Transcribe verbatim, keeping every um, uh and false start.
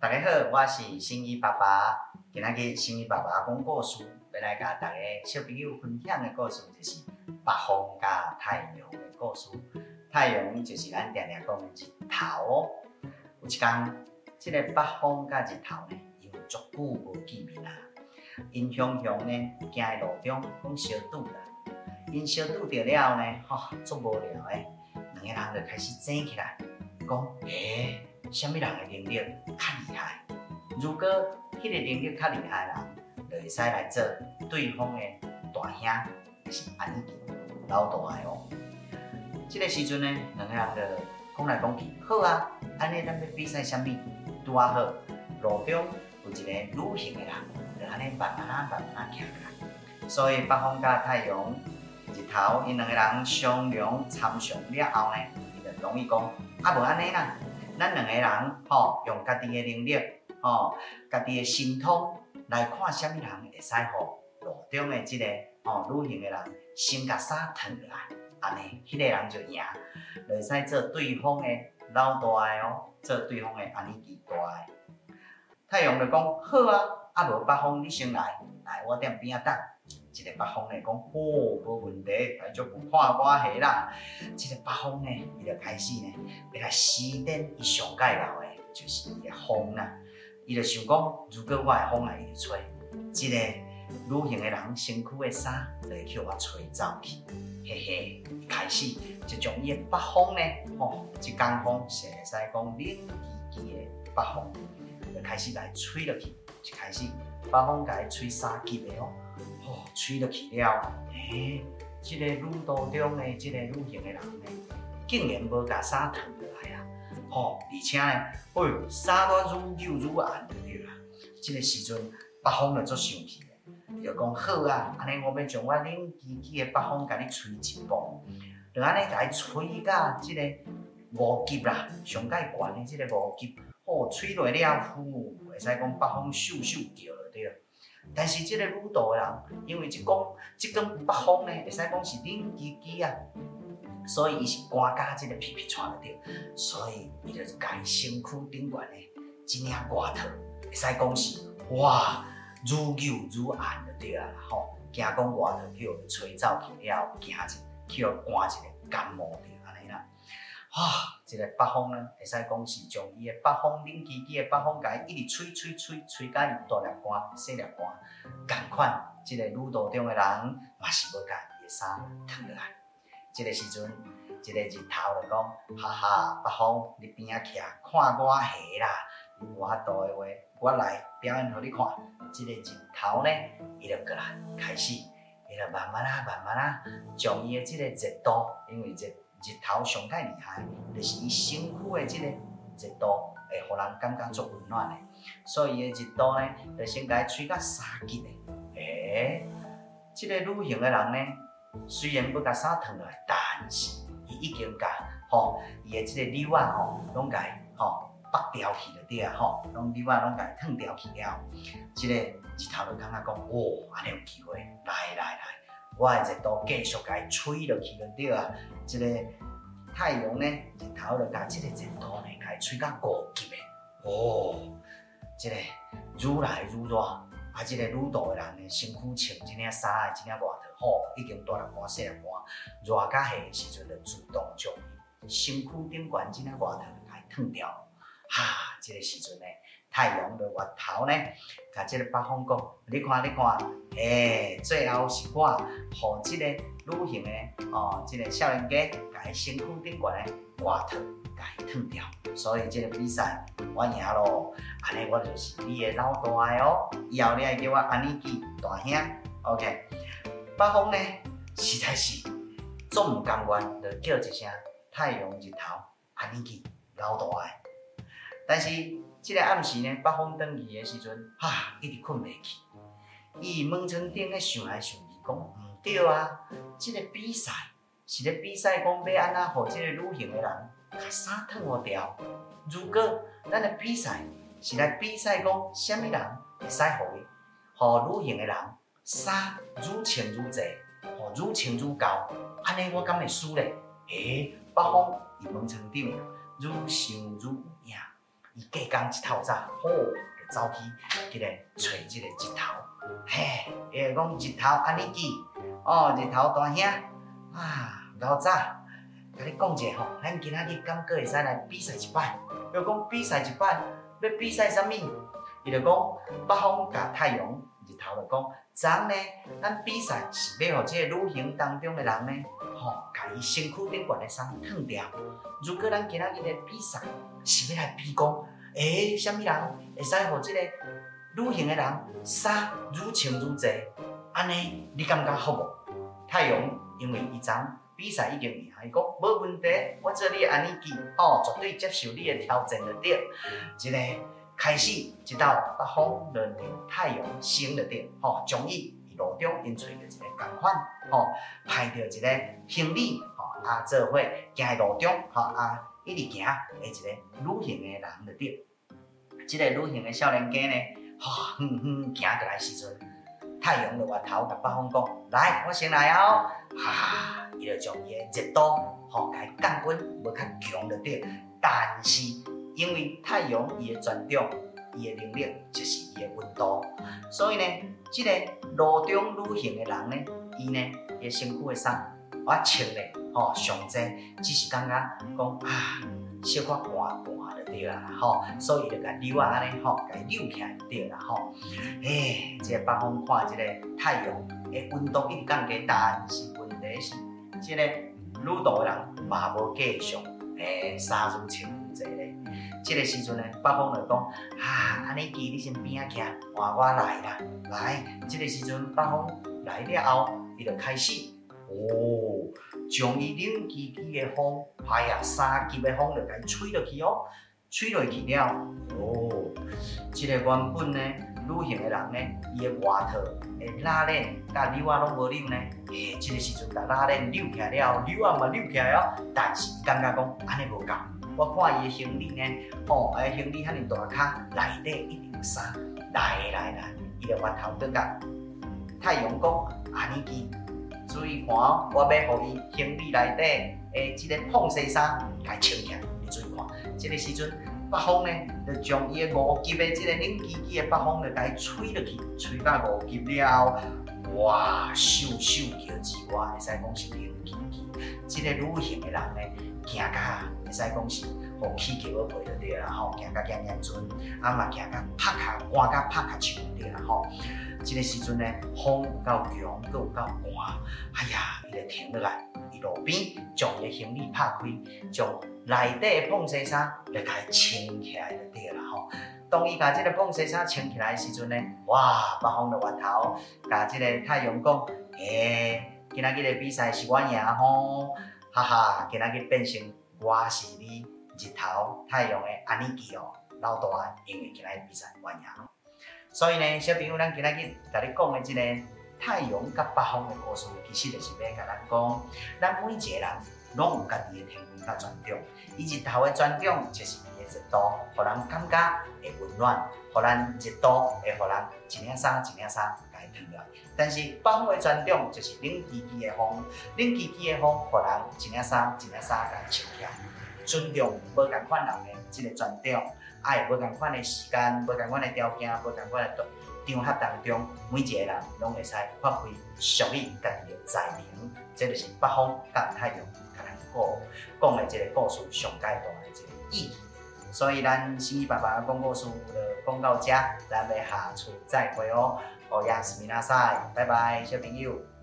大家好，我是心怡爸爸。今仔日心怡爸爸讲故事，要来甲大家小朋友分享的故事，就是北风甲太阳的故事。太阳就是咱常常讲的日头哦。有一天，这个北风甲日头呢，因为足久无见面啊，因常常呢行的路中讲相拄啦。因相拄着了呢，吼、足无聊的，两个人就开始争起来，讲诶。什么人的能力较厉害？如果迄个能力较厉害的人，就会使来做对方的大兄，就是兄弟、老大的哦。这个时阵呢，两个人就讲来讲去，好啊，安尼咱要比赛什么？拄啊好，路中有一个旅行的人，就安尼慢慢啊、慢慢啊行过来。所以北风甲太阳、日头，因两个人商量参详了后呢，伊就容易讲，啊无安尼啦。咱两个人吼、用家己的能力吼、家己的神通来看，什么人会使互路中的即、这个吼、旅行的人先甲衫脱落来，安尼迄个人就赢，就会使做对方的老大的哦，做对方的兄弟大的。太阳就讲好啊，啊无北风你先来，来我踮边仔等。这个北风呢讲，哦，无问题，来足看我下啦。这个北风呢，伊就开始呢，要来施展伊上介老的，就是伊的风啦。伊就想讲，如果我的风来伊就吹，这个旅行的人身躯的衫就会叫我吹走去。嘿嘿，伊开始就将伊的北风呢，吼、哦，这阵风是会使讲冷叽叽的北风，就开始来吹落去，就开始北风甲伊吹三级的哦。哦，吹落去了，诶、欸，这个旅途中的这个旅行的人呢，竟然无甲衫脱落来啊！吼、哦，而且呢，哎，衫都愈旧愈暗就对啦。这个时阵，北风就足生气的，就讲好啊，安尼我要将我冷叽叽的北风甲你吹一波，就安尼甲伊吹甲这个五级啦，上界悬的这个五级，哦，吹落了，呼，会使讲北风咻咻叫就对了。但是这个旅途的人，因为即讲即根北风呢，会使讲是冷叽叽啊，所以伊是赶甲即个皮皮喘着着，所以伊就甲伊身躯顶悬的一领外套，会使讲是哇愈旧愈暗着着啦吼，惊讲外套叫吹走去了，惊一叫寒一个感冒着安尼啦。啊，这个北风呢，会使讲是将伊的北风冷叽叽的北风，甲伊一直吹吹吹吹，甲伊大粒汗、细粒汗，共款，这个旅途中的人嘛是要甲伊的衫脱落来。这个时阵，这个日头就讲，哈哈，北风你边仔徛，看我下啦，你有法度的话，我来表演互你看。这个日头呢，伊就过来开始，伊就慢慢啊、慢慢啊，将伊的这个热度，因为热。日头上介厉害，就是伊身躯的即个热度，会互人感觉足温暖的。所以伊的热度呢，就先甲伊吹到三级的。诶、欸，即、这个旅行的人呢，虽然要甲衫脱落来，但是伊已经甲吼伊的即个纽啊吼，拢甲伊吼绑掉去了对啊吼，拢纽啊拢甲伊烫掉去了。即、这个日头就感觉讲，哦，安尼有机会，来来来。我的热度继续甲伊吹落去就对啊！这个太阳呢，日头就甲这个热度呢，甲伊吹到五级的。哦，这个愈来愈热，啊！这个旅途的人呢，身躯穿这领衫的这领外套，吼、哦，已经大粒汗、细粒汗，热甲下的时阵，就自动将伊身躯顶悬这领外套甲伊烫掉。哈！这个时阵呢，太阳就越头呢，甲这个北风讲：你看，你看。诶、欸，最后是我，互即个旅行的哦，即、这个少年家，甲伊身躯顶悬的外套，甲伊脱掉。所以即个比赛我赢咯，安尼我就是你的老大的哦。以后你爱叫我兄弟大兄 ，OK。北风呢，实在是总唔甘愿，就叫一声太阳日头兄弟老大的。但是即个暗时呢，北风转去的时阵，哈，一直困袂去。伊门床顶咧想来想去，讲毋对啊！即、这个比赛是咧比赛，讲要安怎互即个旅行的人甲衫脱互掉。如果咱的比赛是来比赛，讲什么人会使互伊，互旅行的人衫愈穿愈济，吼愈穿愈厚，安尼我敢会输咧？诶、欸，北风伊门床顶愈想愈有影， 伊隔工一透早，吼、哦，就走去，即个找即个日头。嘿，伊会讲日头安尼记，哦，日头大兄啊，老早甲你讲者吼，咱今仔日敢搁会使来比赛一摆？要讲比赛一摆，要比赛啥物？伊就讲北方甲太阳，日头就讲，昨呢，咱比赛是要互即个旅行当中的人呢，吼、哦，甲伊身躯顶悬的衫脱掉。如果咱今仔日的比赛是要来比讲，诶，啥物人会使互即个旅行的人衫愈穿愈济？安尼你感觉好无？太阳因为伊昨比赛已经赢，伊讲无问题，我做你安尼记，哦，绝对接受你的挑战就对。即个开始，一道北方轮流太阳升就对，吼、哦，终于伫路中因找到一个共款，吼、哦，派到一个行李，吼、哦，啊，做伙行喺路中，吼、哦，啊，一直行的一个旅行的人就对。即、這个旅行的少年家呢，吼、哦，远远行过来时阵，太阳就回头甲北方讲：来，我先来哦，哈、啊，伊就将伊的热度，吼、哦，甲伊降温，无较强就对。但是因为太阳伊的专长，伊的能力就是伊的温度，所以呢，即、這个路中旅行的人呢，伊呢，伊身躯的衫，我穿咧，吼、哦，上济只是感觉讲啊，小可寒寒就对啦，吼，所以就甲溜啊安尼，吼，甲伊溜起来就对啦，吼。诶，即、這个北方看即个太阳的温度一直降低，但是问题是，即、這个旅途的人嘛无继续，诶，衫愈穿愈济咧。即个时阵呢，北方就讲啊，安尼记你先边仔徛，换我来啦，来。即个时阵北方来了后，伊就开始，哦，将伊冷叽叽的风，哎呀，三级的风就甲伊吹落去哦，吹落去了，哦，即、這个原本呢，旅行的人呢，伊的外套的拉链甲纽啊拢无扭呢，诶，即、這个时阵甲拉链扭起来了，纽啊嘛扭起来哦，但是伊感觉讲安尼无够。我看伊的行李呢，哦，伊行李遐尼大卡，内底一定有衫。来来来，伊就回头倒甲太阳讲：安尼记，注意看哦，我要互伊行李内底的即个碰洗衫，甲伊穿起来。你注意看，即、這个时阵北风呢，就将伊的五级的即个冷叽叽的北风，就甲伊吹落去，吹到五级了，哇，秀秀叫之外，会使讲是冷叽叽。即、這個旅行的人呢，行甲会使讲是互起叫要陪就对啦吼，行甲咸咸船，啊嘛行甲拍卡寒甲拍卡树就对啦吼。即、這個時陣呢，風有夠強，佫有夠寒，哎呀，伊就停落來，伊路邊將伊行李拍開，將內底的碰洗衫就甲伊穿起來就對啦吼。當伊甲即個碰洗衫穿起來的時陣呢，哇，北風就回頭，甲即個太陽講：嘿，今仔日的比賽是我贏吼，哈哈，今仔日變成我是你日頭太陽的安尼記哦，老大，因為今仔日比賽我贏。所以呢，小朋友，咱今仔日甲你講的即個太陽甲北風的故事，其實就是要甲咱講，咱每一個人攏有家己的天分甲專長。伊日頭的專長就是伊的熱度，互人感覺會溫暖，互咱熱度會互人一領衫一領衫甲伊脫落。但是北風的專長就是冷吱吱的風，冷吱吱的風，互人一領衫一領衫甲伊穿起來。尊重無共款人的即個專長。愛無共款的時間，無共款的條件，無共款的場合當中，每一個人攏會使發揮屬於家己的才能。這就是北風甲太陽甲咱講講的這個故事上界大的這個意義。所以咱新一爸爸的講故事就講到這，咱要下次再會哦。我是米娜賽，拜拜，小朋友。